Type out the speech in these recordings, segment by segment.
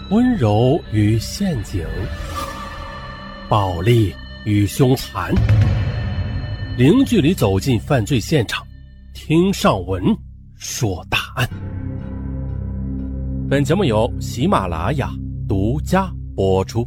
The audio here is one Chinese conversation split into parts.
温柔与陷阱，暴力与凶残，零距离走进犯罪现场，听上文说大案。本节目由喜马拉雅独家播出。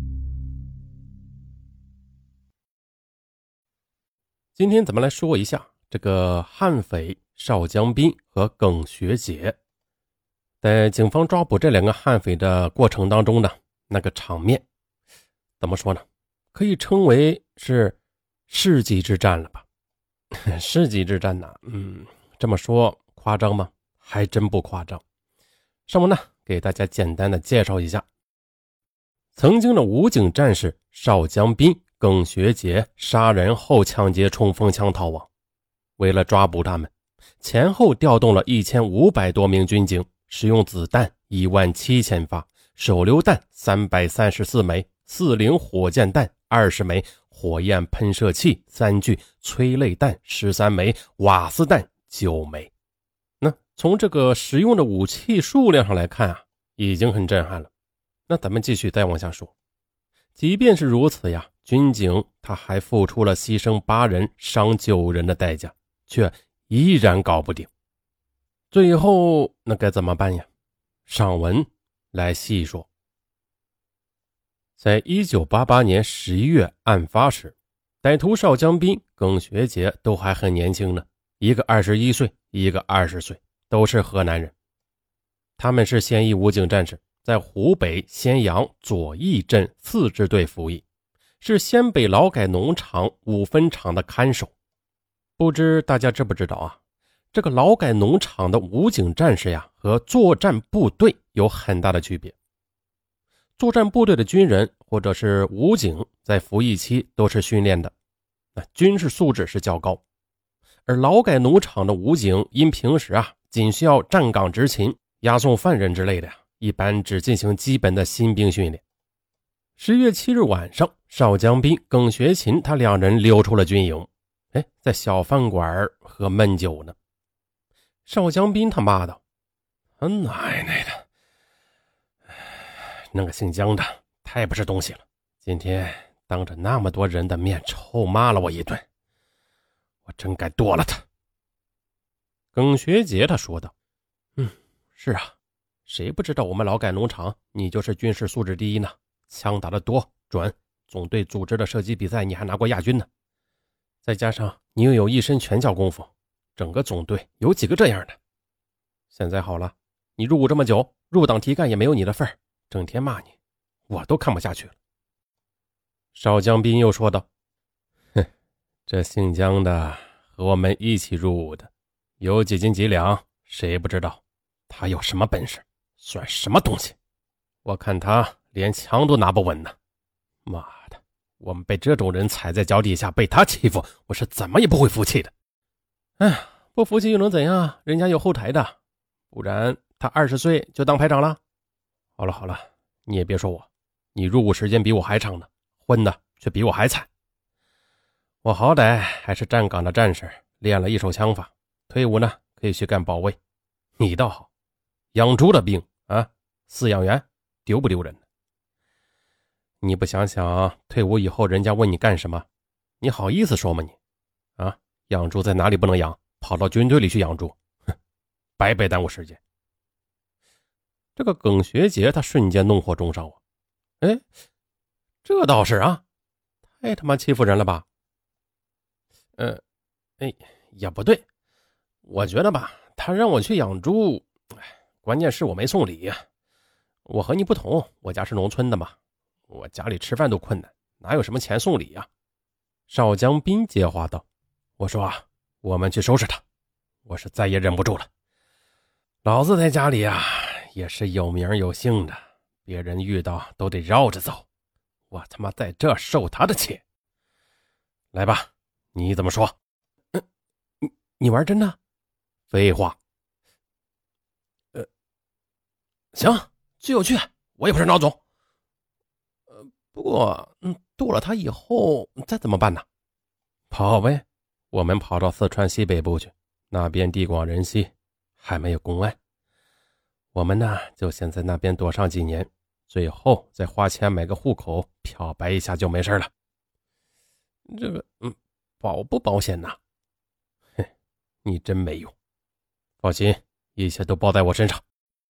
今天咱们来说一下这个悍匪邵江斌和耿学杰。在警方抓捕这两个悍匪的过程当中呢，那个场面怎么说呢，可以称为是世纪之战了吧。世纪之战呢，这么说夸张吗？还真不夸张。上文呢给大家简单的介绍一下。曾经的武警战士邵江斌、耿学杰杀人后抢劫冲锋枪逃亡，为了抓捕他们，前后调动了1500多名军警，使用子弹17000发，手榴弹334枚，40火箭弹20枚，火焰喷射器3具，催泪弹13枚，瓦斯弹9枚。那从这个使用的武器数量上来看啊，已经很震撼了。那咱们继续再往下说。即便是如此呀，军警他还付出了牺牲8人伤9人的代价，却依然搞不定。最后那该怎么办呀？上文来细说。在1988年11月案发时，歹徒邵江斌、耿学杰都还很年轻呢，一个21岁，一个20岁，都是河南人。他们是现役武警战士，在湖北咸阳左翼镇4支队服役，是鲜北劳改农场5分厂的看守。不知大家知不知道啊，这个劳改农场的武警战士呀，和作战部队有很大的区别。作战部队的军人或者是武警在服役期都是训练的，军事素质是较高。而劳改农场的武警因平时啊仅需要站岗执勤、押送犯人之类的，一般只进行基本的新兵训练。10月7日晚上，邵江斌、耿学勤他两人溜出了军营，在小饭馆喝闷酒呢。邵江斌他骂道：奶奶的，那个姓江的太不是东西了，今天当着那么多人的面臭骂了我一顿，我真该剁了他。耿学杰他说道：是啊，谁不知道我们劳改农场你就是军事素质第一呢，枪打得多准，总队组织的射击比赛你还拿过亚军呢，再加上你又有一身拳脚功夫，整个总队有几个这样的。现在好了，你入伍这么久，入党提干也没有你的份儿，整天骂你，我都看不下去了。邵江斌又说道：这姓江的和我们一起入伍的，有几斤几两谁不知道，他有什么本事，算什么东西，我看他连枪都拿不稳呢。妈的，我们被这种人踩在脚底下，被他欺负，我是怎么也不会服气的。不服气又能怎样，人家有后台的，不然他20岁就当排长了。好了，你也别说我，你入伍时间比我还长呢，混的却比我还惨。我好歹还是站岗的战士，练了一手枪法，退伍呢可以去干保卫。你倒好，养猪的兵啊，饲养员丢不丢人呢？你不想想退伍以后人家问你干什么，你好意思说吗你？养猪在哪里不能养，跑到军队里去养猪，白白耽误时间。这个耿学杰他瞬间怒火中烧啊！这倒是啊，太他妈欺负人了吧？也不对，我觉得吧，他让我去养猪，关键是我没送礼呀。我和你不同，我家是农村的嘛，我家里吃饭都困难，哪有什么钱送礼呀？邵江斌接话道：我说啊，我们去收拾他，我是再也忍不住了。老子在家里啊也是有名有姓的，别人遇到都得绕着走，我他妈在这受他的气。来吧，你怎么说？你玩真的？废话。行，就去，我也不是孬种。不过剁了他以后再怎么办呢？跑呗，我们跑到四川西北部去，那边地广人稀，还没有公安。我们呢就先在那边躲上几年， 最后再花钱买个户口，漂白一下就没事了。这个，保不保险呢？嘿，你真没用。放心，一切都包在我身上。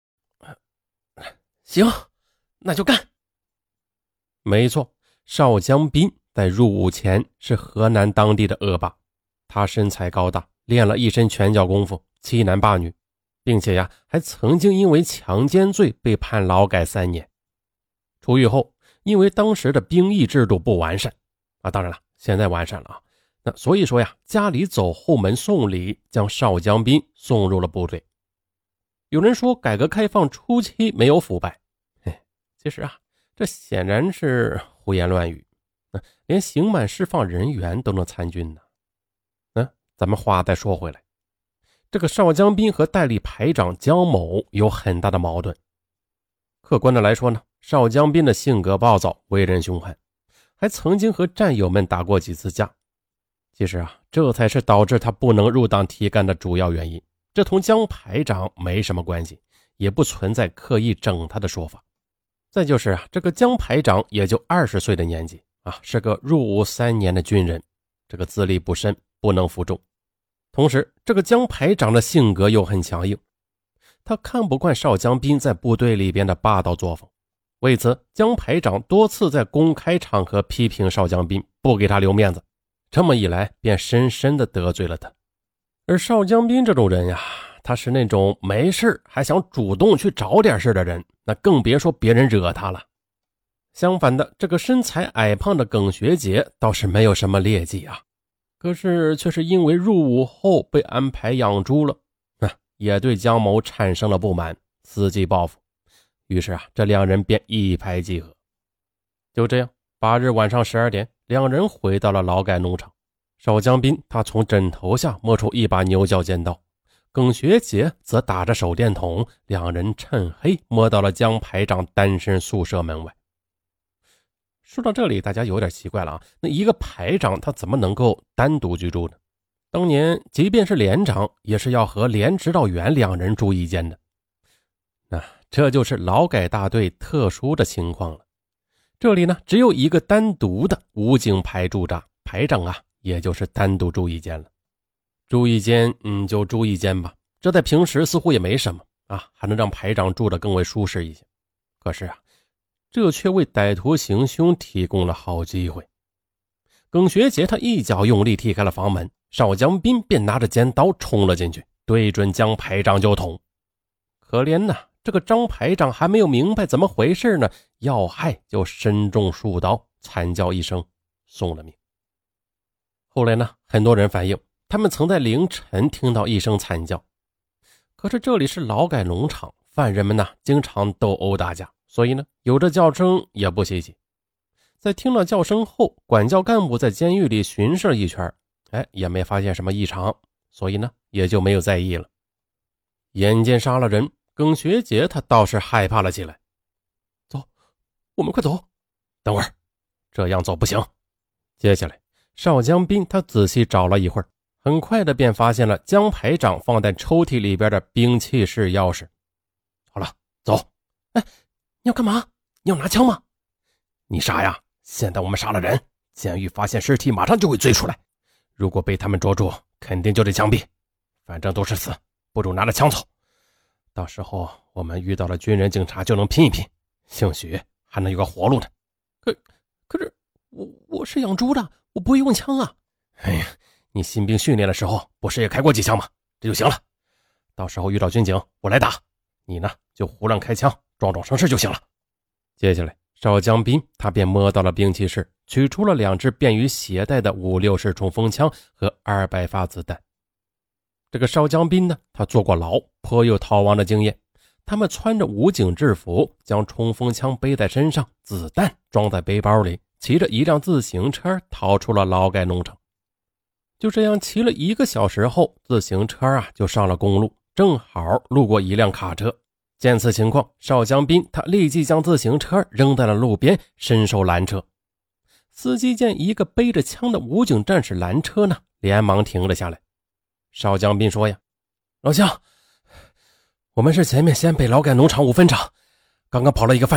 行，那就干。 没错，邵江斌在入伍前是河南当地的恶霸，他身材高大，练了一身拳脚功夫，欺男霸女，并且还曾经因为强奸罪被判劳改3年。出狱后，因为当时的兵役制度不完善当然了，现在完善了那所以说家里走后门送礼，将邵江斌送入了部队。有人说改革开放初期没有腐败，其实这显然是胡言乱语。连刑满释放人员都能参军呢。咱们话再说回来，这个邵江斌和代理排长江某有很大的矛盾。客观的来说呢，邵江斌的性格暴躁，为人凶悍，还曾经和战友们打过几次架。其实这才是导致他不能入党提干的主要原因。这同江排长没什么关系，也不存在刻意整他的说法。再就是这个江排长也就20岁的年纪是个入伍3年的军人，这个资历不深，不能服众。同时这个江排长的性格又很强硬，他看不惯邵江斌在部队里边的霸道作风，为此江排长多次在公开场合批评邵江斌，不给他留面子，这么一来便深深地得罪了他。而邵江斌这种人他是那种没事还想主动去找点事的人，那更别说别人惹他了。相反的，这个身材矮胖的耿学杰倒是没有什么劣迹可是却是因为入伍后被安排养猪了，也对江某产生了不满，伺机报复。于是这两人便一拍即合。就这样8日晚上12点，两人回到了劳改农场。邵江斌他从枕头下摸出一把牛角尖刀，耿学杰则打着手电筒，两人趁黑摸到了江排长单身宿舍门外。说到这里，大家有点奇怪了那一个排长他怎么能够单独居住呢？当年即便是连长也是要和连指导员两人住一间的。那这就是劳改大队特殊的情况了。这里呢只有一个单独的武警排驻扎，排长也就是单独住一间了。住一间就住一间吧，这在平时似乎也没什么还能让排长住得更为舒适一些。可是这却为歹徒行凶提供了好机会。耿学杰他一脚用力踢开了房门，邵江斌便拿着尖刀冲了进去，对准江排长就捅。可怜呐，这个张排长还没有明白怎么回事呢，要害就身中数刀，惨叫一声送了命。后来呢，很多人反映他们曾在凌晨听到一声惨叫。可是这里是劳改农场，犯人们经常斗殴打架，所以呢有这叫声也不稀奇。在听了叫声后，管教干部在监狱里巡视了一圈，也没发现什么异常，所以呢也就没有在意了。眼见杀了人，耿学杰他倒是害怕了起来。走，我们快走。等会儿，这样走不行。接下来邵江斌他仔细找了一会儿，很快的便发现了江排长放在抽屉里边的兵器室钥匙。好了，走。 你要干嘛？你要拿枪吗？ 你傻呀，现在我们杀了人，监狱发现尸体马上就会追出来，如果被他们捉住，肯定就得枪毙，反正都是死，不如拿着枪走，到时候我们遇到了军人警察就能拼一拼，兴许还能有个活路呢。 可是我是养猪的，我不会用枪啊。 哎呀，你新兵训练的时候不是也开过几枪吗？这就行了，到时候遇到军警我来打，你呢就胡乱开枪，壮壮声势就行了。接下来邵江斌他便摸到了兵器室，取出了2支便于携带的5.6式冲锋枪和200发子弹。这个邵江斌呢，他坐过牢，颇有逃亡的经验。他们穿着武警制服，将冲锋枪背在身上，子弹装在背包里，骑着一辆自行车逃出了劳改农场。就这样骑了1个小时后，自行车就上了公路，正好路过一辆卡车。见此情况，邵江斌他立即将自行车扔在了路边，伸手拦车。司机见一个背着枪的武警战士拦车呢，连忙停了下来。邵江斌说呀，老乡，我们是前面先北劳改农场5分场，刚刚跑了一个犯人，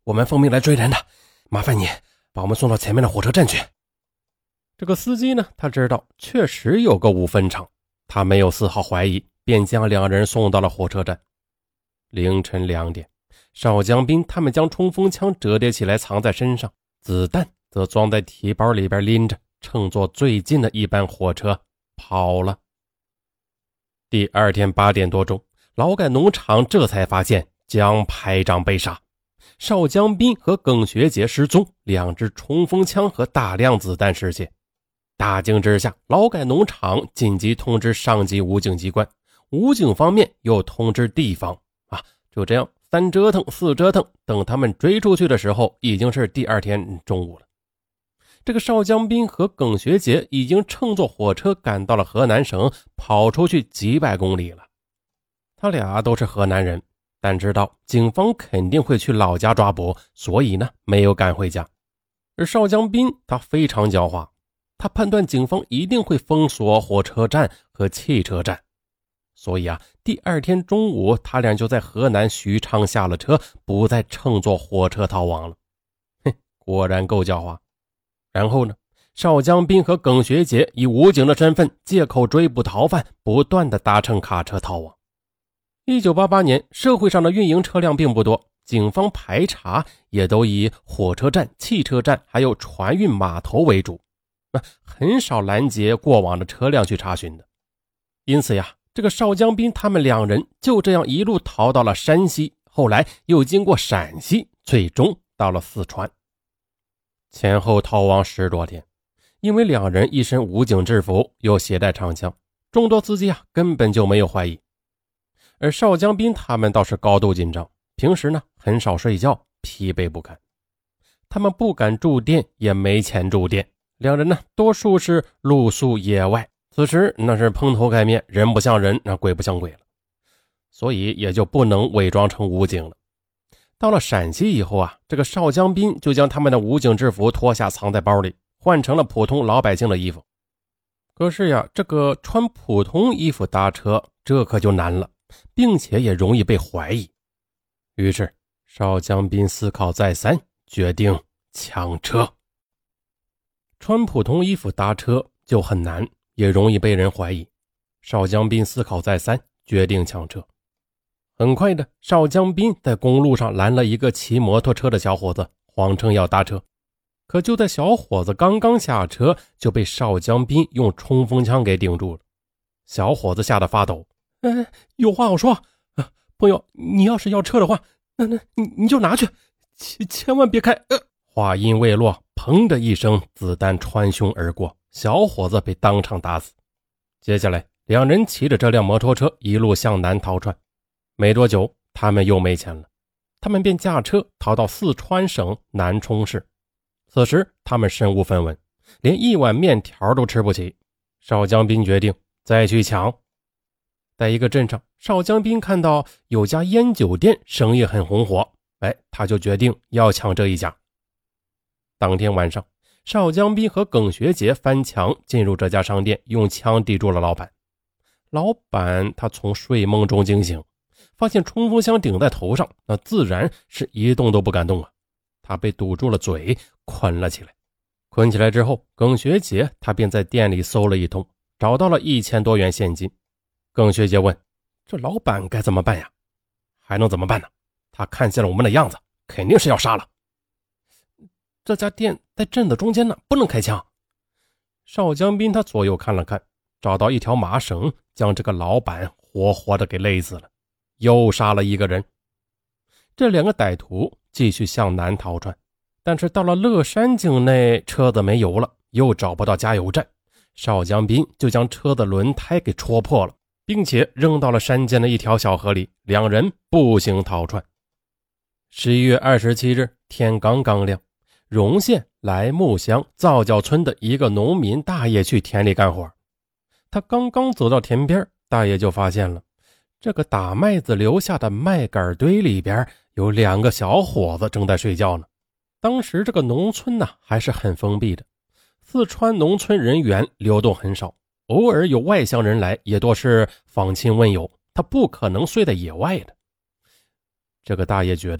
我们奉命来追人的，麻烦你把我们送到前面的火车站去。 这个司机呢，他知道确实有个5分场，他没有丝毫怀疑，便将2人送到了火车站。凌晨2点，邵江斌他们将冲锋枪折叠起来藏在身上，子弹则装在提包里边拎着，乘坐最近的一班火车跑了。第二天8点多钟，劳改农场这才发现江排长被杀，邵江斌和耿学杰失踪，2支冲锋枪和大量子弹失窃。大惊之下，劳改农场紧急通知上级武警机关，武警方面又通知地方就这样3折腾4折腾，等他们追出去的时候已经是第二天中午了。这个邵江斌和耿学杰已经乘坐火车赶到了河南省，跑出去几百公里了。他俩都是河南人，但知道警方肯定会去老家抓捕，所以呢没有赶回家。而邵江斌他非常狡猾，他判断警方一定会封锁火车站和汽车站，所以第二天中午他俩就在河南许昌下了车，不再乘坐火车逃亡了。果然够狡猾。然后呢，邵江斌和耿学杰以武警的身份借口追捕逃犯，不断的搭乘卡车逃亡。1988年社会上的运营车辆并不多，警方排查也都以火车站、汽车站还有船运码头为主，很少拦截过往的车辆去查询的。因此这个邵江斌他们2人就这样一路逃到了山西，后来又经过陕西，最终到了四川。前后逃亡10多天，因为2人一身武警制服，又携带长枪，众多司机根本就没有怀疑。而邵江斌他们倒是高度紧张，平时呢很少睡觉，疲惫不堪。他们不敢住店，也没钱住店，2人呢多数是露宿野外，此时那是蓬头盖面，人不像人，鬼不像鬼了，所以也就不能伪装成武警了。到了陕西以后这个邵江斌就将他们的武警制服脱下藏在包里，换成了普通老百姓的衣服。可是这个穿普通衣服搭车，这可就难了，并且也容易被怀疑。于是邵江斌思考再三，决定抢车。穿普通衣服搭车就很难，也容易被人怀疑。邵江斌思考再三，决定抢车。很快的，邵江斌在公路上拦了一个骑摩托车的小伙子，谎称要搭车。可就在小伙子刚刚下车，就被邵江斌用冲锋枪给顶住了。小伙子吓得发抖， 有话我说，朋友，你要是要车的话，那你就拿去，千万别开。 话音未落，砰的一声，子弹穿胸而过，小伙子被当场打死。接下来2人骑着这辆摩托车一路向南逃窜。没多久他们又没钱了，他们便驾车逃到四川省南充市。此时他们身无分文，连1碗面条都吃不起。邵江斌决定再去抢。在一个镇上，邵江斌看到有家烟酒店生意很红火，他就决定要抢这一家。当天晚上，邵江斌和耿学杰翻墙进入这家商店，用枪抵住了老板。老板他从睡梦中惊醒，发现冲锋枪顶在头上，那自然是一动都不敢动他被堵住了嘴，捆了起来。捆起来之后，耿学杰他便在店里搜了一通，找到了1000多元现金。耿学杰问，这老板该怎么办呀？还能怎么办呢？他看见了我们的样子，肯定是要杀了。这家店在镇子中间呢，不能开枪。邵江斌他左右看了看，找到一条麻绳，将这个老板活活的给勒死了，又杀了1个人。这2个歹徒继续向南逃窜，但是到了乐山境内，车子没油了，又找不到加油站，邵江斌就将车的轮胎给戳破了，并且扔到了山间的一条小河里，2人步行逃窜。11月27日天刚刚亮，荣县莱木乡皂角村的一个农民大爷去田里干活。他刚刚走到田边，大爷就发现了这个打麦子留下的麦秆堆里边有2个小伙子正在睡觉呢。当时这个农村还是很封闭的，四川农村人员流动很少，偶尔有外乡人来，也多是访亲问友，他不可能睡在野外的。这个大爷觉得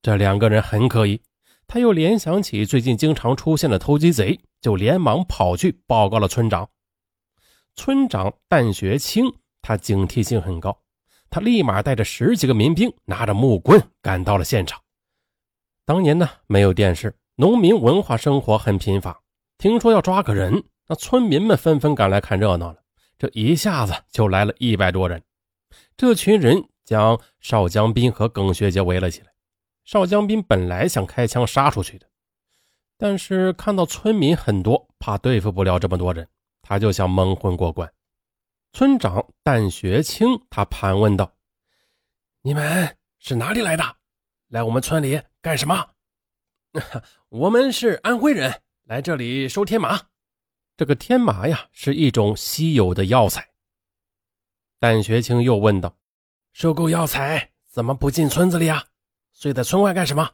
这两个人很可疑。他又联想起最近经常出现的偷鸡贼，就连忙跑去报告了村长。村长但学清他警惕性很高，他立马带着10几个民兵，拿着木棍赶到了现场。当年呢，没有电视，农民文化生活很贫乏，听说要抓个人，那村民们纷纷赶来看热闹了。这一下子就来了100多人。这群人将邵江斌和耿学杰围了起来。邵江斌本来想开枪杀出去的，但是看到村民很多，怕对付不了这么多人，他就想蒙混过关。村长但学清他盘问道：你们是哪里来的？来我们村里干什么？我们是安徽人，来这里收天麻。这个天麻呀，是一种稀有的药材。但学清又问道：收购药材怎么不进村子里啊？睡在村外干什么？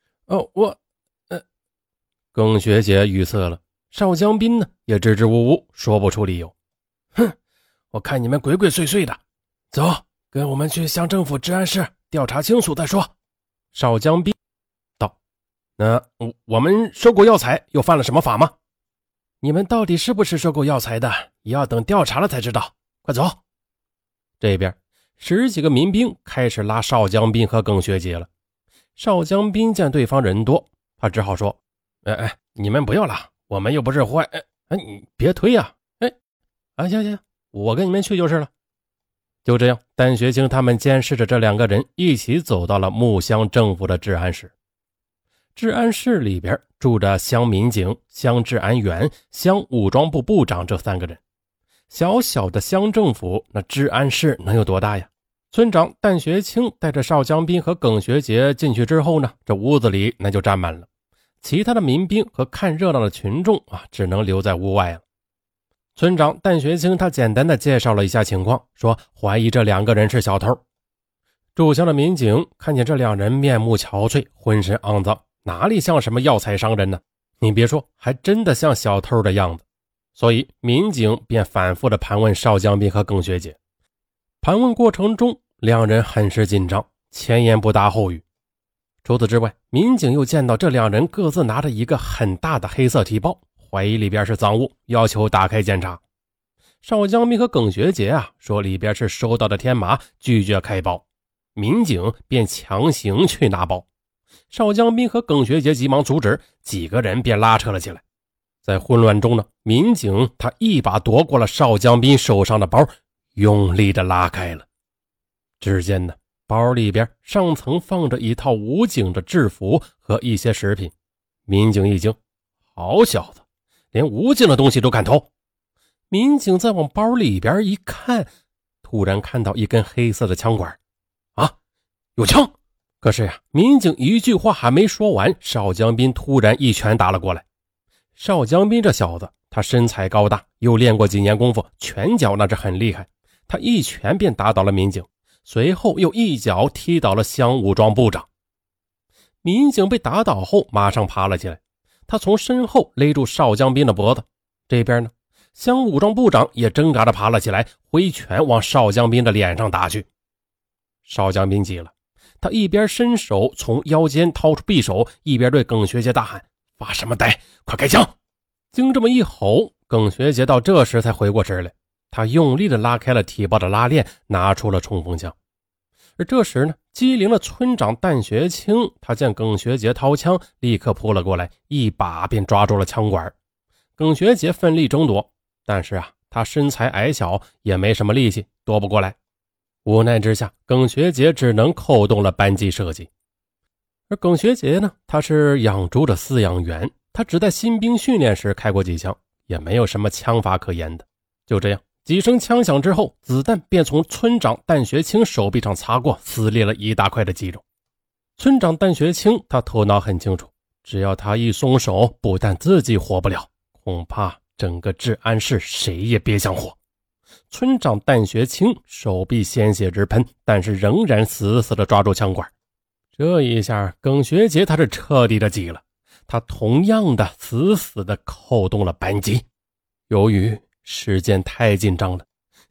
耿学姐语塞了。邵江斌呢也支支吾吾说不出理由。哼，我看你们鬼鬼祟祟的，走，跟我们去乡政府治安室调查清楚再说。邵江斌道：那我们收购药材又犯了什么法吗？你们到底是不是收购药材的，也要等调查了才知道。快走。这边10几个民兵开始拉邵江斌和耿学杰了。邵江斌见对方人多，他只好说：你们不要拉，我们又不是坏。你别推呀。行，我跟你们去就是了。就这样，但学清他们监视着这两个人一起走到了木乡政府的治安室。治安室里边住着乡民警、乡治安员、乡武装部部长这3个人。小小的乡政府，那治安室能有多大呀？村长但学清带着邵江斌和耿学杰进去之后呢，这屋子里那就站满了。其他的民兵和看热闹的群众只能留在屋外了。村长但学清他简单的介绍了一下情况，说怀疑这2个人是小偷。驻乡的民警看见这2人面目憔悴，浑身肮脏，哪里像什么药材商人呢？你别说，还真的像小偷的样子。所以民警便反复的盘问邵江斌和耿学杰。盘问过程中，2人很是紧张，前言不搭后语。除此之外，民警又见到这2人各自拿着一个很大的黑色提包，怀疑里边是赃物，要求打开检查。邵江斌和耿学杰说里边是收到的天麻，拒绝开包。民警便强行去拿包。邵江斌和耿学杰急忙阻止，几个人便拉扯了起来。在混乱中呢，民警他一把夺过了邵江斌手上的包，用力的拉开了。只见呢，包里边上层放着一套武警的制服和一些食品。民警一惊，好小子，连武警的东西都敢偷。民警再往包里边一看，突然看到一根黑色的枪管。有枪！可是民警一句话还没说完，邵江斌突然一拳打了过来。邵江斌这小子，他身材高大，又练过几年功夫，拳脚那是很厉害。他一拳便打倒了民警，随后又一脚踢倒了乡武装部长。民警被打倒后马上爬了起来，他从身后勒住邵江斌的脖子。这边呢，乡武装部长也挣扎着爬了起来，挥拳往邵江斌的脸上打去。邵江斌急了，他一边伸手从腰间掏出匕首，一边对耿学杰大喊：发什么呆，快开枪！经这么一吼，耿学杰到这时才回过神来，他用力地拉开了提包的拉链，拿出了冲锋枪。而这时呢，机灵的村长但学清他见耿学杰掏枪，立刻扑了过来，一把便抓住了枪管。耿学杰奋力争夺，但是他身材矮小，也没什么力气，夺不过来。无奈之下，耿学杰只能扣动了扳机射击。而耿学杰呢，他是养猪的饲养员，他只在新兵训练时开过几枪，也没有什么枪法可言的。就这样，几声枪响之后，子弹便从村长但学清手臂上擦过，撕裂了一大块的肌肉。村长但学清他头脑很清楚，只要他一松手，不但自己活不了，恐怕整个治安室谁也别想活。村长但学清手臂鲜血直喷，但是仍然死死地抓住枪管。这一下耿学杰他是彻底的急了，他同样的死死地扣动了扳机。由于时间太紧张了，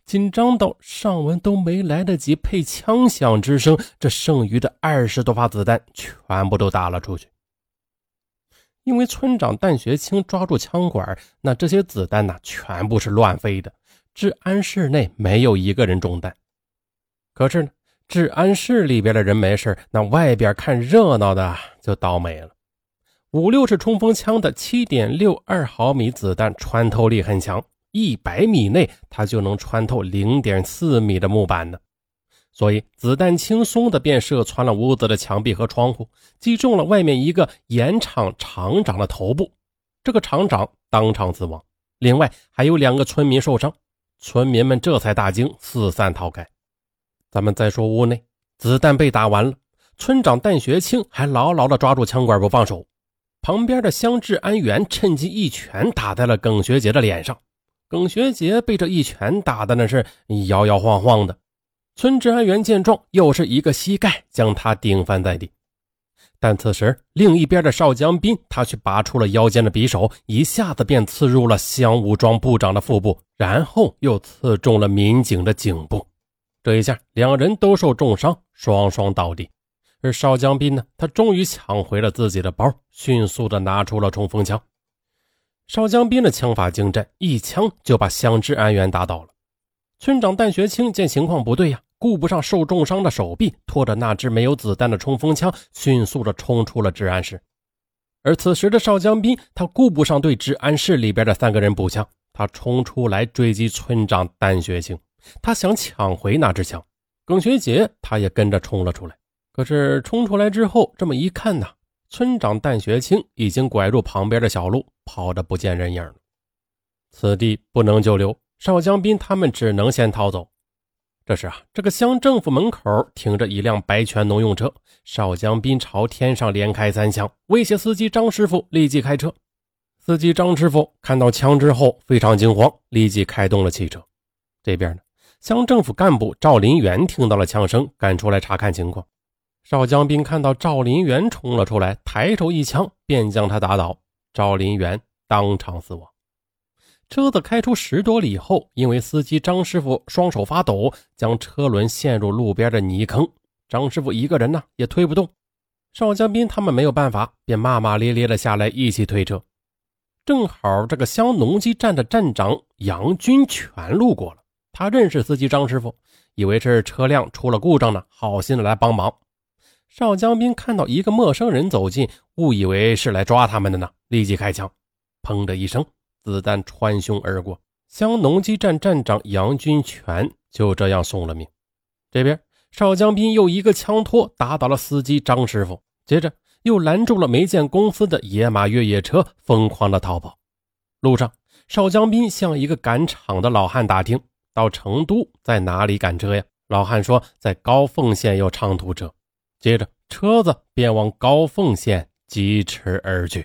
紧张到尚文都没来得及配枪响之声，这剩余的20多发子弹全部都打了出去。因为村长蛋学清抓住枪管，那这些子弹全部是乱飞的，治安室内没有一个人中弹。可是呢，治安室里边的人没事，那外边看热闹的就倒霉了。56式冲锋枪的 7.62 毫米子弹穿透力很强，100米内它就能穿透 0.4 米的木板呢。所以子弹轻松的便射穿了屋子的墙壁和窗户，击中了外面一个盐厂厂长的头部，这个厂长当场死亡，另外还有2个村民受伤，村民们这才大惊，四散逃开。咱们再说屋内，子弹被打完了，村长蛋学清还牢牢地抓住枪管不放手，旁边的乡治安员趁机一拳打在了耿学杰的脸上，耿学杰被这一拳打的那是摇摇晃晃的，村治安员见状又是一个膝盖将他顶翻在地。但此时另一边的邵江斌他却拔出了腰间的匕首，一下子便刺入了乡武装部长的腹部，然后又刺中了民警的颈部。这一下2人都受重伤，双双倒地。而邵江斌呢，他终于抢回了自己的包，迅速地拿出了冲锋枪。邵江斌的枪法精湛，一枪就把乡治安员打倒了。村长蛋学清见情况不对呀，顾不上受重伤的手臂，拖着那支没有子弹的冲锋枪，迅速地冲出了治安室。而此时的邵江斌，他顾不上对治安室里边的3个人补枪，他冲出来追击村长蛋学清，他想抢回那支枪。耿学杰他也跟着冲了出来，可是冲出来之后，这么一看村长蛋学清已经拐入旁边的小路，跑得不见人影了。此地不能久留，邵江斌他们只能先逃走。这时这个乡政府门口停着一辆白泉农用车，邵江斌朝天上连开3枪，威胁司机张师傅立即开车。司机张师傅看到枪之后非常惊慌，立即开动了汽车。这边呢，乡政府干部赵林元听到了枪声，赶出来查看情况。邵江斌看到赵林元冲了出来，抬手一枪便将他打倒，赵林元当场死亡。车子开出10多里后，因为司机张师傅双手发抖，将车轮陷入路边的泥坑，张师傅一个人也推不动。邵江斌他们没有办法，便骂骂咧咧的下来一起推车。正好这个乡农机站的站长杨军全路过了，他认识司机张师傅，以为是车辆出了故障呢，好心的来帮忙。邵江斌看到一个陌生人走近，误以为是来抓他们的呢，立即开枪，砰的一声，子弹穿胸而过，乡农机站站长杨军全就这样送了命。这边邵江斌又一个枪托打倒了司机张师傅，接着又拦住了煤建公司的野马越野车，疯狂的逃跑。路上邵江斌向一个赶场的老汉打听，到成都在哪里赶车呀？老汉说在高凤县有长途车。接着车子便往高凤县疾驰而去。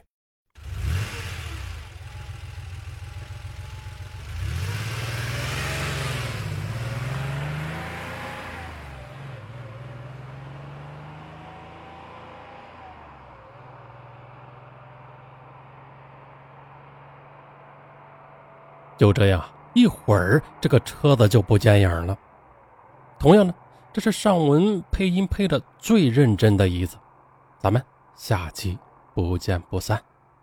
就这样一会儿，这个车子就不见影了。同样的，这是尚文配音配的最认真的一次，咱们下期不见不散。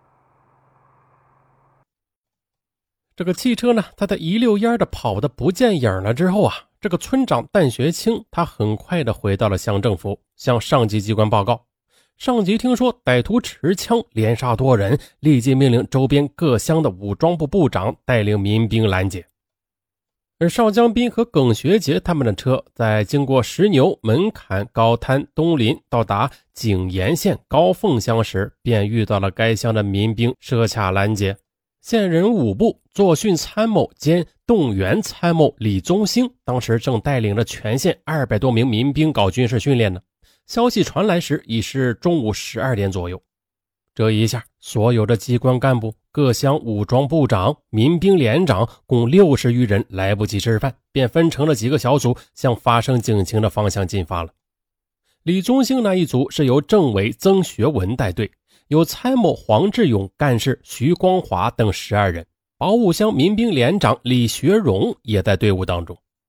这个汽车呢，它在一溜烟的跑得不见影了之后这个村长蛋学清他很快的回到了乡政府，向上级机关报告。上级听说歹徒持枪连杀多人，立即命令周边各乡的武装部部长带领民兵拦截。而邵江斌和耿学杰他们的车在经过石牛、门槛、高滩、东林，到达景延县高凤乡时，便遇到了该乡的民兵设卡拦截。县人武部作训参谋兼动员参谋李宗兴当时正带领着全县200多名民兵搞军事训练呢。消息传来时已是中午12点左右。这一下，所有的机关干部、各乡武装部长、民兵连长共60余人来不及吃饭，便分成了几个小组，向发生警情的方向进发了。李宗兴那一组是由政委曾学文带队，有参谋黄志勇、干事徐光华等12人，保武乡民兵连长李学荣也在队伍当中。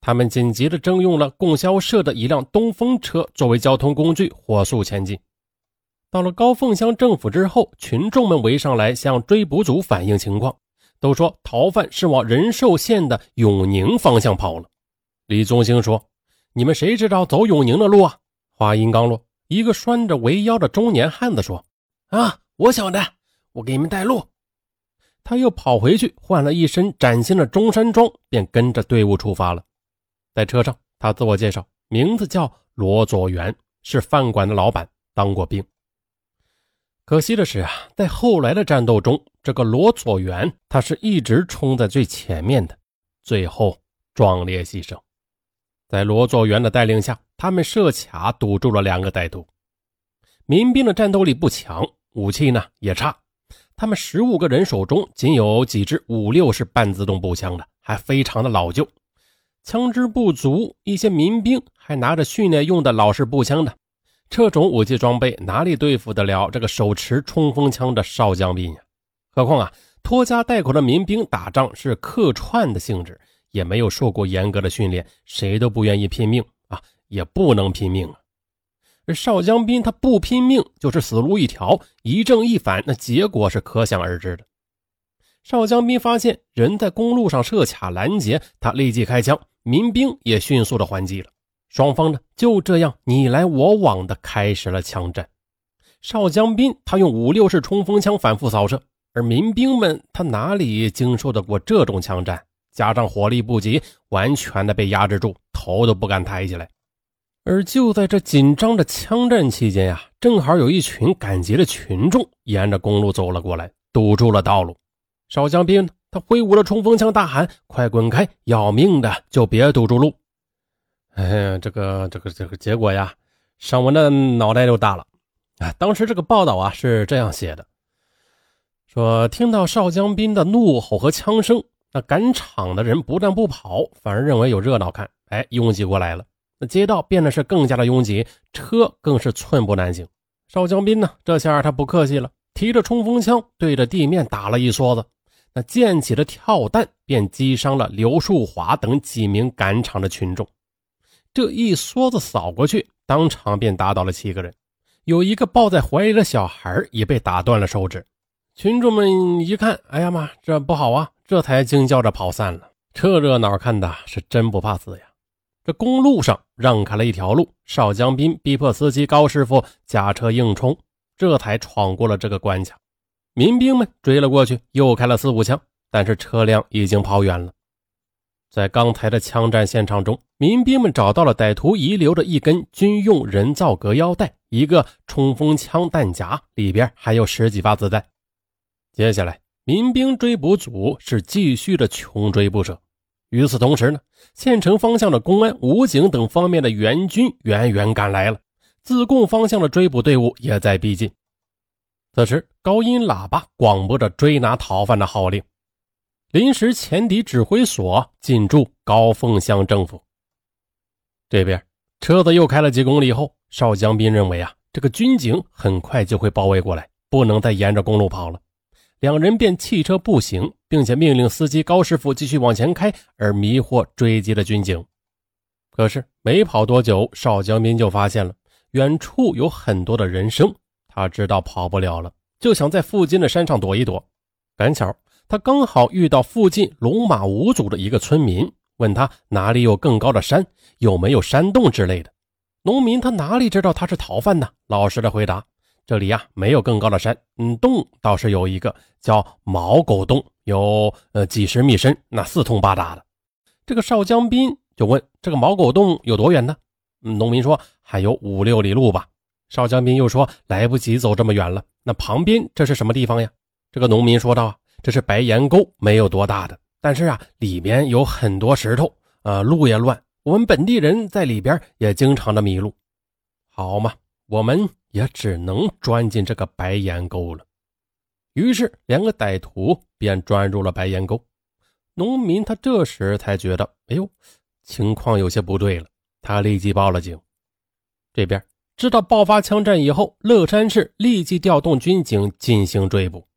他们紧急地征用了供销社的一辆东风车作为交通工具，火速前进。到了高凤乡政府之后，群众们围上来向追捕组反映情况，都说逃犯是往仁寿县的永宁方向跑了。李宗兴说：“你们谁知道走永宁的路啊？”话音刚落，一个拴着围腰的中年汉子说：“啊，我晓得，我给你们带路。”他又跑回去换了一身崭新的中山装，便跟着队伍出发了。在车上，他自我介绍，名字叫罗佐元，是饭馆的老板，当过兵。可惜的是啊，在后来的战斗中，这个罗佐元他是一直冲在最前面的，最后壮烈牺牲。在罗佐元的带领下，他们设卡堵住了2个歹徒。民兵的战斗力不强，武器呢也差，他们15个人手中仅有几支5、6式半自动步枪的，还非常的老旧，枪支不足，一些民兵还拿着训练用的老式步枪的。这种武器装备哪里对付得了这个手持冲锋枪的少将兵呀？何况啊，拖家带口的民兵打仗是客串的性质，也没有受过严格的训练，谁都不愿意拼命啊，也不能拼命啊。而少将兵他不拼命就是死路一条，一正一反，那结果是可想而知的。少将兵发现人在公路上设卡拦截，他立即开枪，民兵也迅速的还击了。双方呢就这样你来我往的开始了枪战。少将兵他用5、6式冲锋枪反复扫射，而民兵们他哪里经受得过这种枪战，加上火力不及，完全的被压制住，头都不敢抬起来。而就在这紧张的枪战期间呀，正好有一群赶集的群众沿着公路走了过来，堵住了道路。少将兵他挥舞了冲锋枪，大喊：“快滚开，要命的就别堵住路。”这个结果呀，尚文的脑袋就大了。当时这个报道啊是这样写的，说听到少将兵的怒吼和枪声，那赶场的人不但不跑，反而认为有热闹看，拥挤过来了。那街道变得是更加的拥挤，车更是寸步难行。少将兵呢，这下他不客气了，提着冲锋枪对着地面打了一梭子，那溅起的跳弹便击伤了刘树华等几名赶场的群众。这一梭子扫过去，当场便打倒了7个人，有一个抱在怀里的小孩也被打断了手指。群众们一看，哎呀妈，这不好啊，这才惊叫着跑散了。这热闹看的是真不怕死呀。这公路上让开了一条路，少将兵逼迫司机高师傅驾车硬冲，这才闯过了这个关卡。民兵们追了过去，又开了4、5枪，但是车辆已经跑远了。在刚才的枪战现场中，民兵们找到了歹徒遗留的一根军用人造革腰带，一个冲锋枪弹夹，里边还有10几发子弹。接下来民兵追捕组是继续的穷追不舍。与此同时呢，县城方向的公安、武警等方面的援军远远赶来了，自贡方向的追捕队伍也在逼近。此时高音喇叭广播着追拿逃犯的号令，临时前敌指挥所进驻高凤乡政府。这边车子又开了几公里后，少将兵认为啊，这个军警很快就会包围过来，不能再沿着公路跑了。2人便弃车步行，并且命令司机高师傅继续往前开，而迷惑追击的军警。可是没跑多久，少将兵就发现了远处有很多的人声，他知道跑不了了，就想在附近的山上躲一躲。赶巧他刚好遇到附近龙马5组的一个村民，问他哪里有更高的山，有没有山洞之类的。农民他哪里知道他是逃犯呢，老实的回答，这里呀没有更高的山，洞倒是有一个，叫毛狗洞，有几十米深，那四通八达的。这个少将兵就问，这个毛狗洞有多远呢？农民说还有5、6里路吧。少将兵又说来不及走这么远了，那旁边这是什么地方呀？这个农民说道，这是白岩沟，没有多大的，但是啊里面有很多石头，路也乱，我们本地人在里边也经常的迷路。好嘛，我们也只能钻进这个白岩沟了。于是2个歹徒便钻入了白岩沟。农民他这时才觉得，哎呦，情况有些不对了，他立即报了警。这边知道爆发枪战以后，乐山市立即调动军警进行追捕。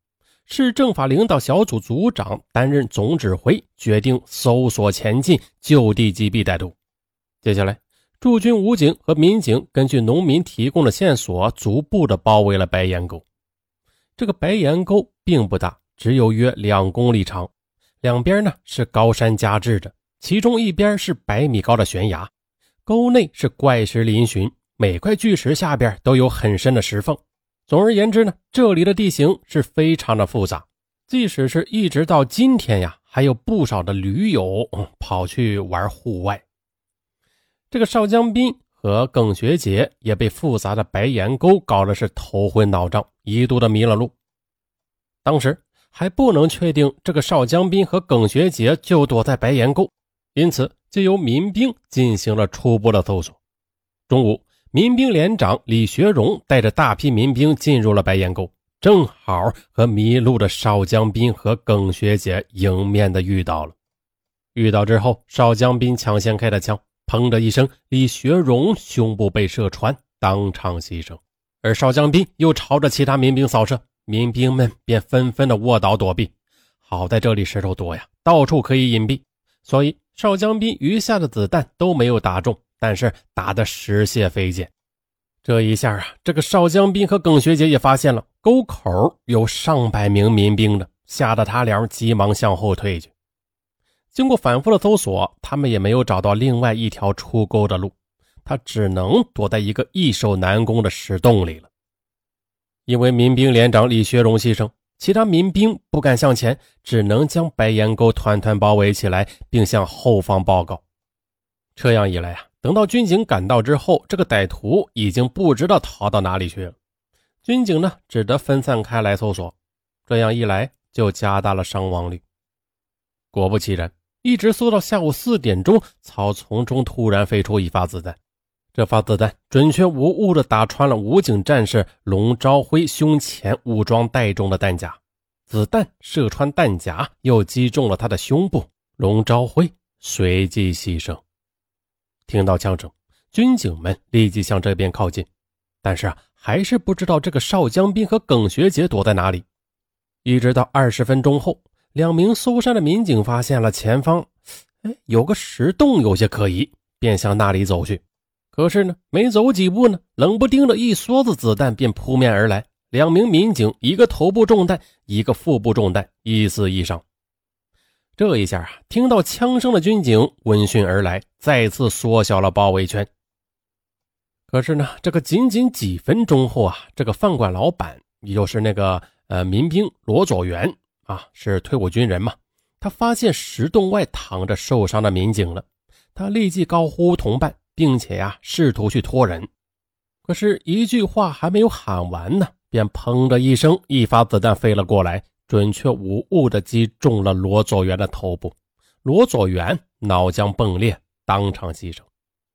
市政法领导小组组长担任总指挥，决定搜索前进，就地击毙歹徒。接下来驻军武警和民警根据农民提供的线索，逐步的包围了白岩沟。这个白岩沟并不大，只有约2公里长，两边呢是高山夹峙着，其中一边是100米高的悬崖，沟内是怪石嶙峋，每块巨石下边都有很深的石缝。总而言之呢，这里的地形是非常的复杂，即使是一直到今天呀，还有不少的驴友跑去玩户外。这个邵江斌和耿学杰也被复杂的白岩沟搞得是头昏脑胀，一度的迷了路。当时还不能确定这个邵江斌和耿学杰就躲在白岩沟，因此就由民兵进行了初步的搜索。中午，民兵连长李学荣带着大批民兵进入了白岩沟，正好和迷路的邵江斌和耿学杰迎面的遇到了。遇到之后，邵江斌抢先开的枪，砰的一声，李学荣胸部被射穿，当场牺牲。而邵江斌又朝着其他民兵扫射，民兵们便纷纷的卧倒躲避。好在这里石头多呀，到处可以隐蔽，所以邵江斌余下的子弹都没有打中，但是打得石泄飞溅。这一下啊，这个邵江斌和耿学杰也发现了沟口有上百名民兵的，吓得他俩急忙向后退去。经过反复的搜索，他们也没有找到另外一条出沟的路，他只能躲在一个易守难攻的石洞里了。因为民兵连长李学荣牺牲，其他民兵不敢向前，只能将白岩沟团团包围起来，并向后方报告。这样一来啊，等到军警赶到之后，这个歹徒已经不知道逃到哪里去了。军警呢，只得分散开来搜索，这样一来就加大了伤亡率。果不其然，一直搜到下午4点钟，草丛中突然飞出一发子弹。这发子弹准确无误地打穿了武警战士龙朝辉胸前武装带中的弹夹，子弹射穿弹夹，又击中了他的胸部，龙朝辉随即牺牲。听到枪声，军警们立即向这边靠近，但是还是不知道这个邵江斌和耿学杰躲在哪里。一直到20分钟后，2名搜山的民警发现了前方有个石洞有些可疑，便向那里走去。可是呢，没走几步呢，冷不丁的一梭子子弹便扑面而来，2名民警一个头部中弹，一个腹部中弹，一死一伤。这一下啊，听到枪声的军警闻讯而来，再次缩小了包围圈。可是呢，这个仅仅几分钟后啊，这个饭馆老板，也就是那个民兵罗佐元啊，是退伍军人嘛，他发现石洞外躺着受伤的民警了，他立即高呼同伴，并且试图去拖人。可是一句话还没有喊完呢，便砰的一声，一发子弹飞了过来，准确无误地击中了罗佐元的头部，罗佐元脑浆迸裂，当场牺牲。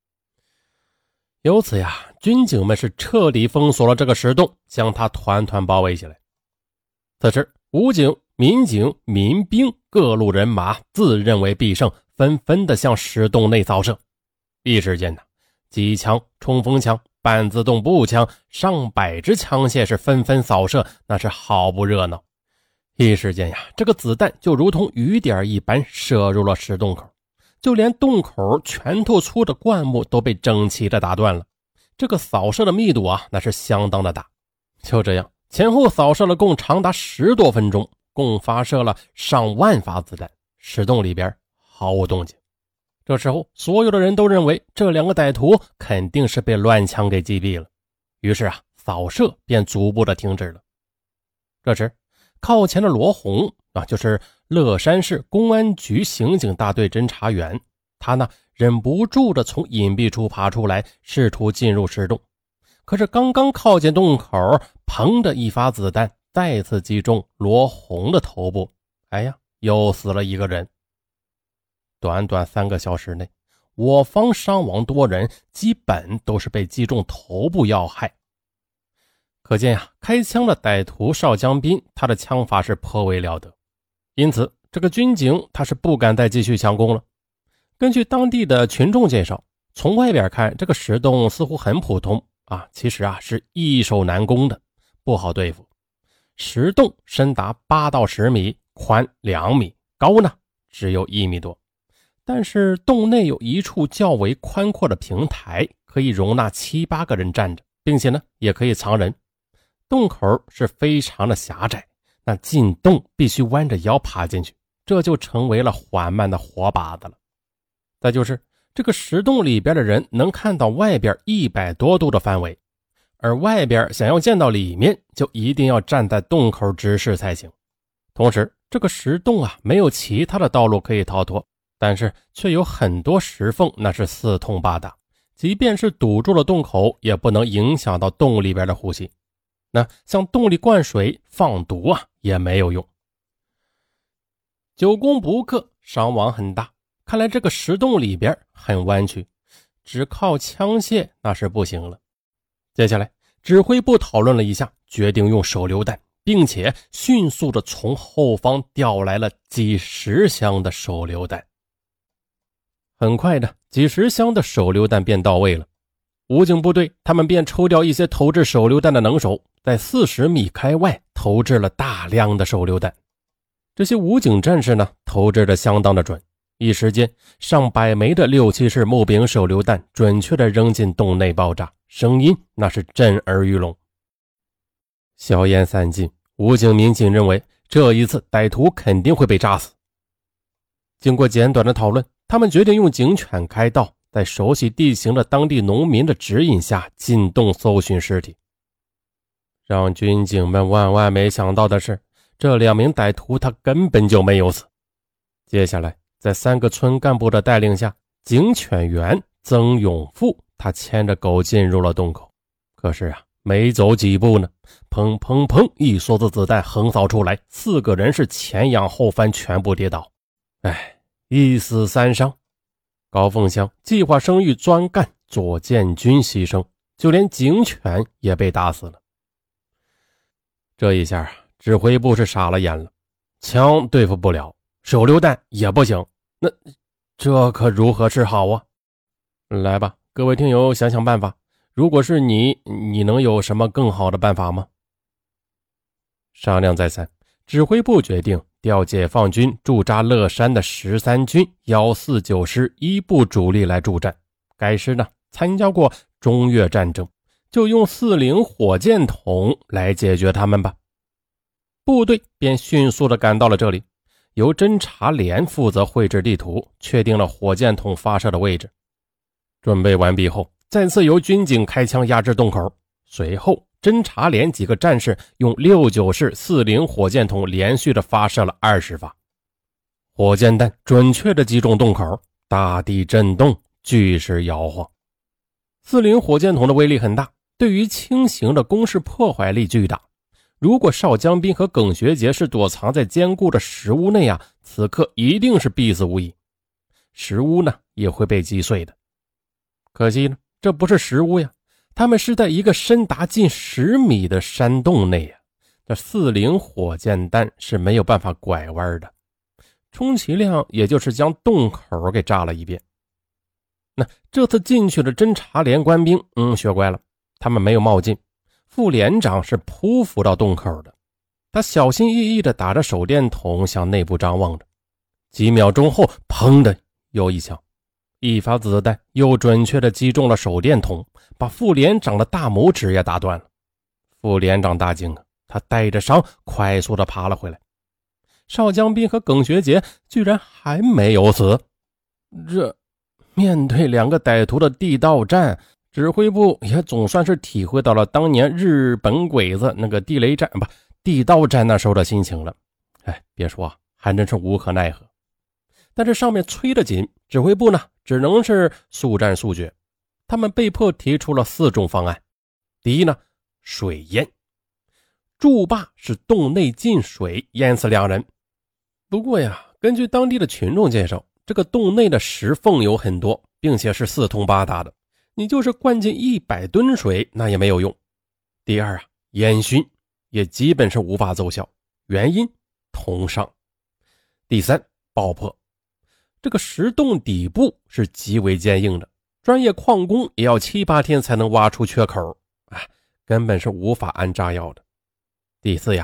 由此呀，军警们是彻底封锁了这个石洞，将它团团包围起来。此时武警、民警、民兵各路人马自认为必胜，纷纷地向石洞内扫射。一时间呢，机枪、冲锋枪、半自动步枪上百支枪械是纷纷扫射，那是好不热闹。一时间呀，这个子弹就如同雨点一般射入了石洞口，就连洞口拳头粗的灌木都被整齐的打断了。这个扫射的密度那是相当的大。就这样前后扫射了共长达10多分钟，共发射了上万发子弹，石洞里边毫无动静。这时候所有的人都认为这2个歹徒肯定是被乱枪给击毙了，于是扫射便逐步的停止了。这时靠前的罗红就是乐山市公安局刑警大队侦查员，他呢忍不住的从隐蔽处爬出来，试图进入石洞。可是刚刚靠近洞口，砰的一发子弹再次击中罗红的头部，又死了一个人。短短3个小时内，我方伤亡多人，基本都是被击中头部要害。可见开枪的歹徒邵江斌，他的枪法是颇为了得，因此这个军警他是不敢再继续强攻了。根据当地的群众介绍，从外边看这个石洞似乎很普通其实是易守难攻的，不好对付。 石洞深达8到10米，宽2米，高呢只有1米多。但是洞内有一处较为宽阔的平台，可以容纳7、8个人站着，并且呢也可以藏人。洞口是非常的狭窄，那进洞必须弯着腰爬进去，这就成为了缓慢的活靶子了。再就是这个石洞里边的人能看到外边100多度的范围，而外边想要见到里面，就一定要站在洞口直视才行。同时这个石洞没有其他的道路可以逃脱，但是却有很多石缝，那是四通八达，即便是堵住了洞口，也不能影响到洞里边的呼吸。那向洞里灌水放毒也没有用。久攻不克，伤亡很大，看来这个石洞里边很弯曲，只靠枪械那是不行了。接下来指挥部讨论了一下，决定用手榴弹，并且迅速的从后方调来了几十箱的手榴弹。很快的，几十箱的手榴弹便到位了。武警部队他们便抽调一些投掷手榴弹的能手，在40米开外投掷了大量的手榴弹。这些武警战士呢，投掷的相当的准，一时间上百枚的6、7式木柄手榴弹准确的扔进洞内爆炸，声音那是震耳欲聋。硝烟散尽，武警民警认为这一次歹徒肯定会被炸死。经过简短的讨论，他们决定用警犬开道，在熟悉地形的当地农民的指引下进洞搜寻尸体。让军警们万万没想到的是，这2名歹徒他根本就没有死。接下来在3个村干部的带领下，警犬员曾永富他牵着狗进入了洞口。可是没走几步呢，砰砰砰，一梭子子弹横扫出来，4个人是前仰后翻，全部跌倒。1死3伤。高凤香计划生育专干左建军牺牲，就连警犬也被打死了。这一下指挥部是傻了眼了，枪对付不了，手榴弹也不行，那这可如何是好啊？来吧，各位听友想想办法，如果是你能有什么更好的办法吗？商量再三，指挥部决定调解放军驻扎乐山的13军149师1部主力来助战。该师呢参加过中越战争，就用40火箭筒来解决他们吧。部队便迅速地赶到了这里，由侦察连负责绘制地图，确定了火箭筒发射的位置。准备完毕后，再次由军警开枪压制洞口，随后侦察连几个战士用69式40火箭筒连续的发射了20发，火箭弹准确的击中洞口，大地震动，巨石摇晃。40火箭筒的威力很大，对于轻型的攻势破坏力巨大。如果邵江斌和耿学杰是躲藏在坚固的石屋内此刻一定是必死无疑，石屋呢也会被击碎的。可惜呢，这不是石屋呀，他们是在一个深达近10米的山洞内这40火箭弹是没有办法拐弯的，充其量也就是将洞口给炸了一遍。那这次进去的侦察连官兵学乖了，他们没有冒进，副连长是匍匐到洞口的，他小心翼翼地打着手电筒向内部张望着。几秒钟后，砰的又一枪，一发子弹又准确地击中了手电筒，把副连长的大拇指也打断了。副连长大惊他带着伤快速地爬了回来。邵江斌和耿学杰居然还没有死。这面对2个歹徒的地道战，指挥部也总算是体会到了当年日本鬼子那个地道战那时候的心情了。别说还真是无可奈何。但是上面催得紧，指挥部呢只能是速战速决。他们被迫提出了4种方案。第一呢，水淹，筑坝使洞内进水，淹死2人。不过根据当地的群众介绍，这个洞内的石缝有很多，并且是四通八达的，你就是灌进100吨水那也没有用。第二烟熏，也基本是无法奏效，原因铜伤。第三，爆破，这个石洞底部是极为坚硬的，专业矿工也要7、8天才能挖出缺口，根本是无法安炸药的。第四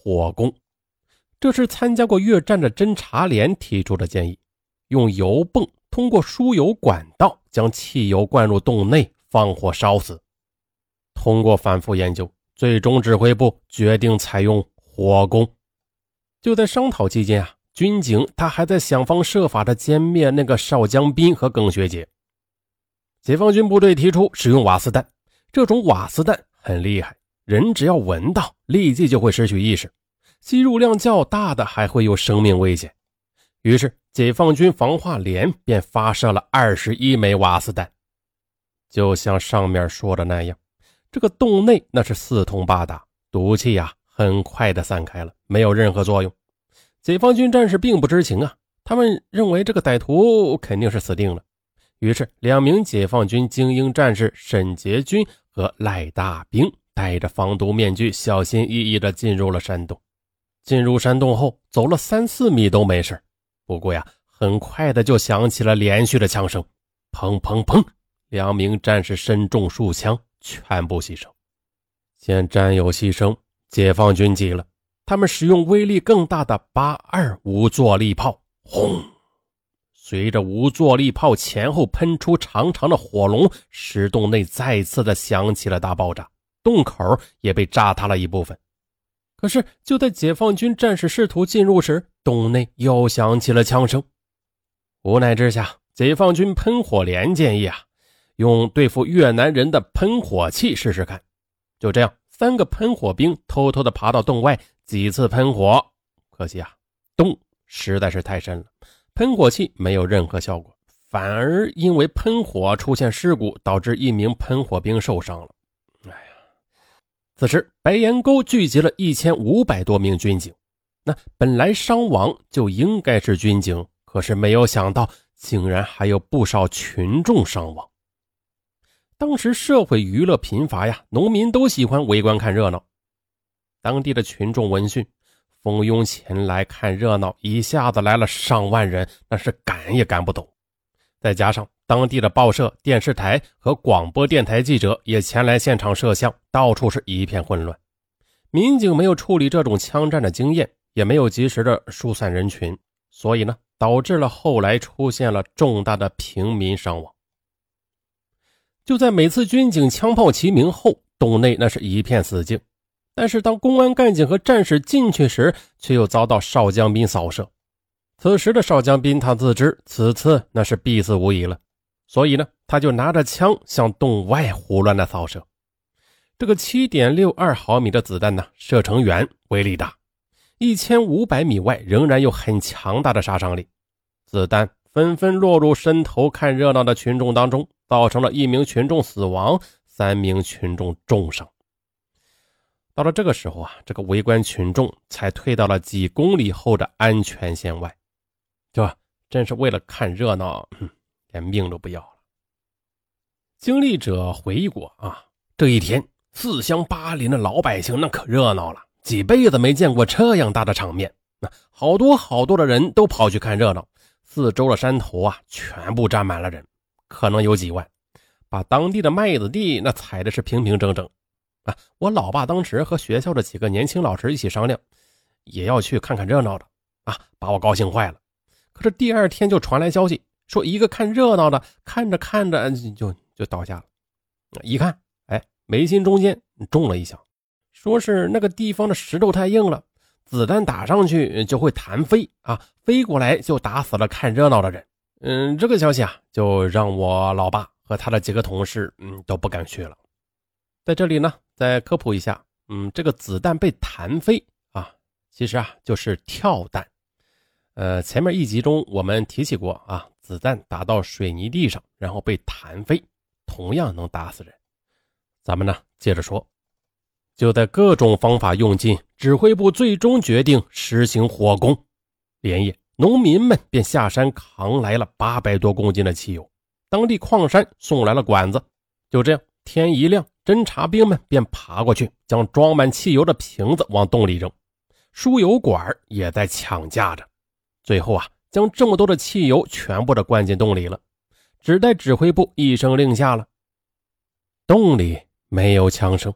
火攻。这是参加过越战的侦察连提出的建议，用油泵通过输油管道将汽油灌入洞内，放火烧死。通过反复研究，最终指挥部决定采用火攻。就在商讨期间军警他还在想方设法的歼灭那个邵江斌和耿学杰。解放军部队提出使用瓦斯弹，这种瓦斯弹很厉害，人只要闻到立即就会失去意识，吸入量较大的还会有生命危险。于是解放军防化连便发射了21枚瓦斯弹。就像上面说的那样，这个洞内那是四通八达，毒气很快的散开了，没有任何作用。解放军战士并不知情他们认为这个歹徒肯定是死定了。于是2名解放军精英战士沈杰军和赖大兵戴着防毒面具，小心翼翼地进入了山洞。进入山洞后走了3-4米都没事，不过很快的就响起了连续的枪声，砰砰砰，2名战士身中数枪，全部牺牲。见战友牺牲，解放军急了，他们使用威力更大的82无坐力炮，轰！随着无坐力炮前后喷出长长的火龙，石洞内再次的响起了大爆炸，洞口也被炸塌了一部分。可是就在解放军战士试图进入时，洞内又响起了枪声。无奈之下，解放军喷火连建议用对付越南人的喷火器试试看。就这样，3个喷火兵偷偷的爬到洞外，几次喷火，可惜洞实在是太深了，喷火器没有任何效果，反而因为喷火出现事故，导致1名喷火兵受伤了。此时白岩沟聚集了1500多名军警，那本来伤亡就应该是军警，可是没有想到竟然还有不少群众伤亡。当时社会娱乐贫乏农民都喜欢围观看热闹。当地的群众闻讯，蜂拥前来看热闹，一下子来了上万人，那是赶也赶不走。再加上当地的报社、电视台和广播电台记者也前来现场摄像，到处是一片混乱。民警没有处理这种枪战的经验，也没有及时的疏散人群，所以导致了后来出现了重大的平民伤亡。就在每次军警枪炮齐鸣后，洞内那是一片死静，但是当公安干警和战士进去时，却又遭到邵江斌扫射。此时的邵江斌他自知此次那是必死无疑了，所以他就拿着枪向洞外胡乱的扫射。这个 7.62 毫米的子弹射程远，威力大，1500米外仍然有很强大的杀伤力。子弹纷纷落入伸头看热闹的群众当中，造成了1名群众死亡，3名群众重伤。到了这个时候这个围观群众才退到了几公里后的安全线外，这真是为了看热闹，连命都不要了。经历者回忆过这一天4乡8邻的老百姓那可热闹了，几辈子没见过这样大的场面，好多的人都跑去看热闹，四周的山头全部站满了人，可能有几万，把当地的麦子地那踩的是平平整整。我老爸当时和学校的几个年轻老师一起商量，也要去看看热闹的把我高兴坏了。可是第2天就传来消息，说一个看热闹的看着看着就倒下了。一看眉心中间中了一枪，说是那个地方的石头太硬了，子弹打上去就会弹飞飞过来就打死了看热闹的人。这个消息就让我老爸和他的几个同事都不敢去了。在这里再科普一下，这个子弹被弹飞其实就是跳弹。前面一集中我们提起过子弹打到水泥地上，然后被弹飞，同样能打死人。咱们接着说，就在各种方法用尽，指挥部最终决定实行火攻。连夜，农民们便下山扛来了800多公斤的汽油，当地矿山送来了管子。就这样，天一亮，侦察兵们便爬过去，将装满汽油的瓶子往洞里扔，输油管也在抢架着。最后将这么多的汽油全部的灌进洞里了，只待指挥部一声令下了。洞里没有枪声，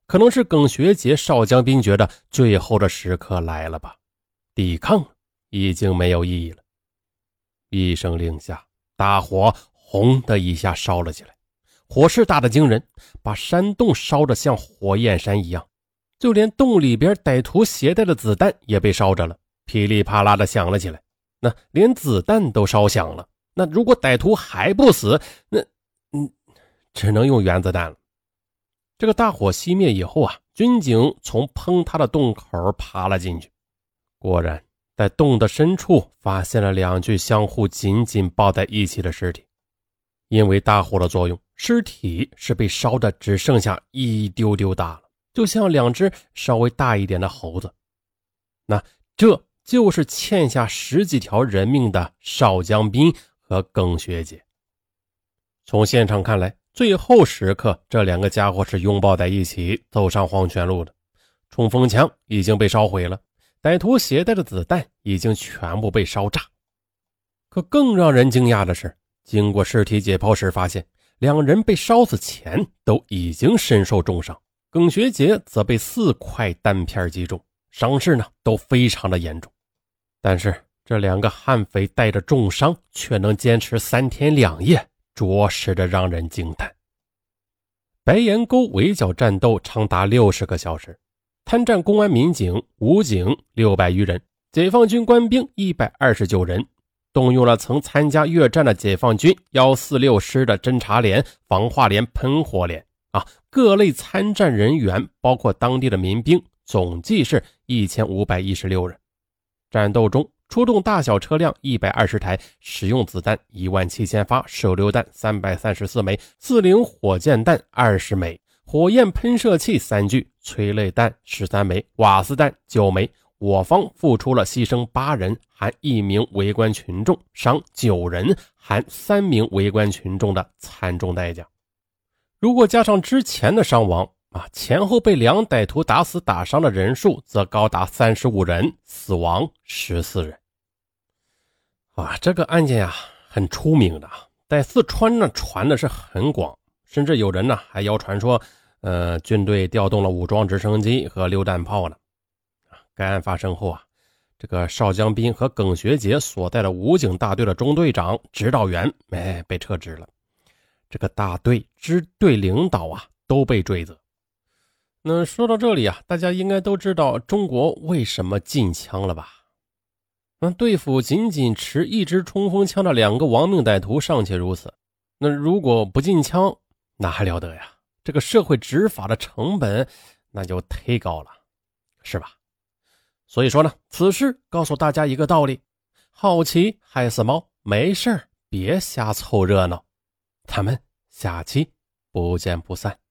可能是耿学杰少将兵觉得最后的时刻来了吧，抵抗已经没有意义了。一声令下，大火轰的一下烧了起来，火势大得惊人，把山洞烧得像火焰山一样，就连洞里边歹徒携带的子弹也被烧着了，噼里啪啦的响了起来。那连子弹都烧响了，那如果歹徒还不死，那只能用原子弹了。这个大火熄灭以后啊，军警从崩塌的洞口爬了进去，果然在洞的深处发现了2具相互紧紧抱在一起的尸体。因为大火的作用，尸体是被烧的只剩下一丢丢大了，就像2只稍微大一点的猴子。那这就是欠下10几条人命的少将兵和耿学杰。从现场看来，最后时刻这2个家伙是拥抱在一起走上黄泉路的。冲锋枪已经被烧毁了，歹徒携带的子弹已经全部被烧炸。可更让人惊讶的是，经过尸体解剖时发现，2人被烧死前都已经身受重伤，耿学杰则被4块弹片击中，伤势呢都非常的严重。但是这2个悍匪带着重伤却能坚持3天2夜，着实的让人惊叹。白岩沟围剿战斗长达60个小时，参战公安民警、武警600余人，解放军官兵129人，动用了曾参加越战的解放军146师的侦察连、防化连、喷火连各类参战人员，包括当地的民兵，总计是1516人。战斗中出动大小车辆120台，使用子弹17000发，手榴弹334枚，40火箭弹20枚，火焰喷射器3具，催泪弹13枚，瓦斯弹9枚。我方付出了牺牲8人，含1名围观群众，伤9人，含3名围观群众的惨重代价。如果加上之前的伤亡前后被2歹徒打死打伤的人数则高达35人，死亡14人。这个案件呀很出名的，在四川呢传的是很广，甚至有人呢还谣传说军队调动了武装直升机和榴弹炮呢。该案发生后这个少将兵和耿学杰所在的武警大队的中队长、指导员被撤职了，这个大队、支队领导都被追责。那说到这里大家应该都知道中国为什么禁枪了吧？对付仅仅持1支冲锋枪的2个亡命歹徒尚且如此，那如果不禁枪，那还了得呀？这个社会执法的成本那就忒高了，是吧？所以说呢，此事告诉大家一个道理：好奇害死猫，没事别瞎凑热闹。咱们下期不见不散。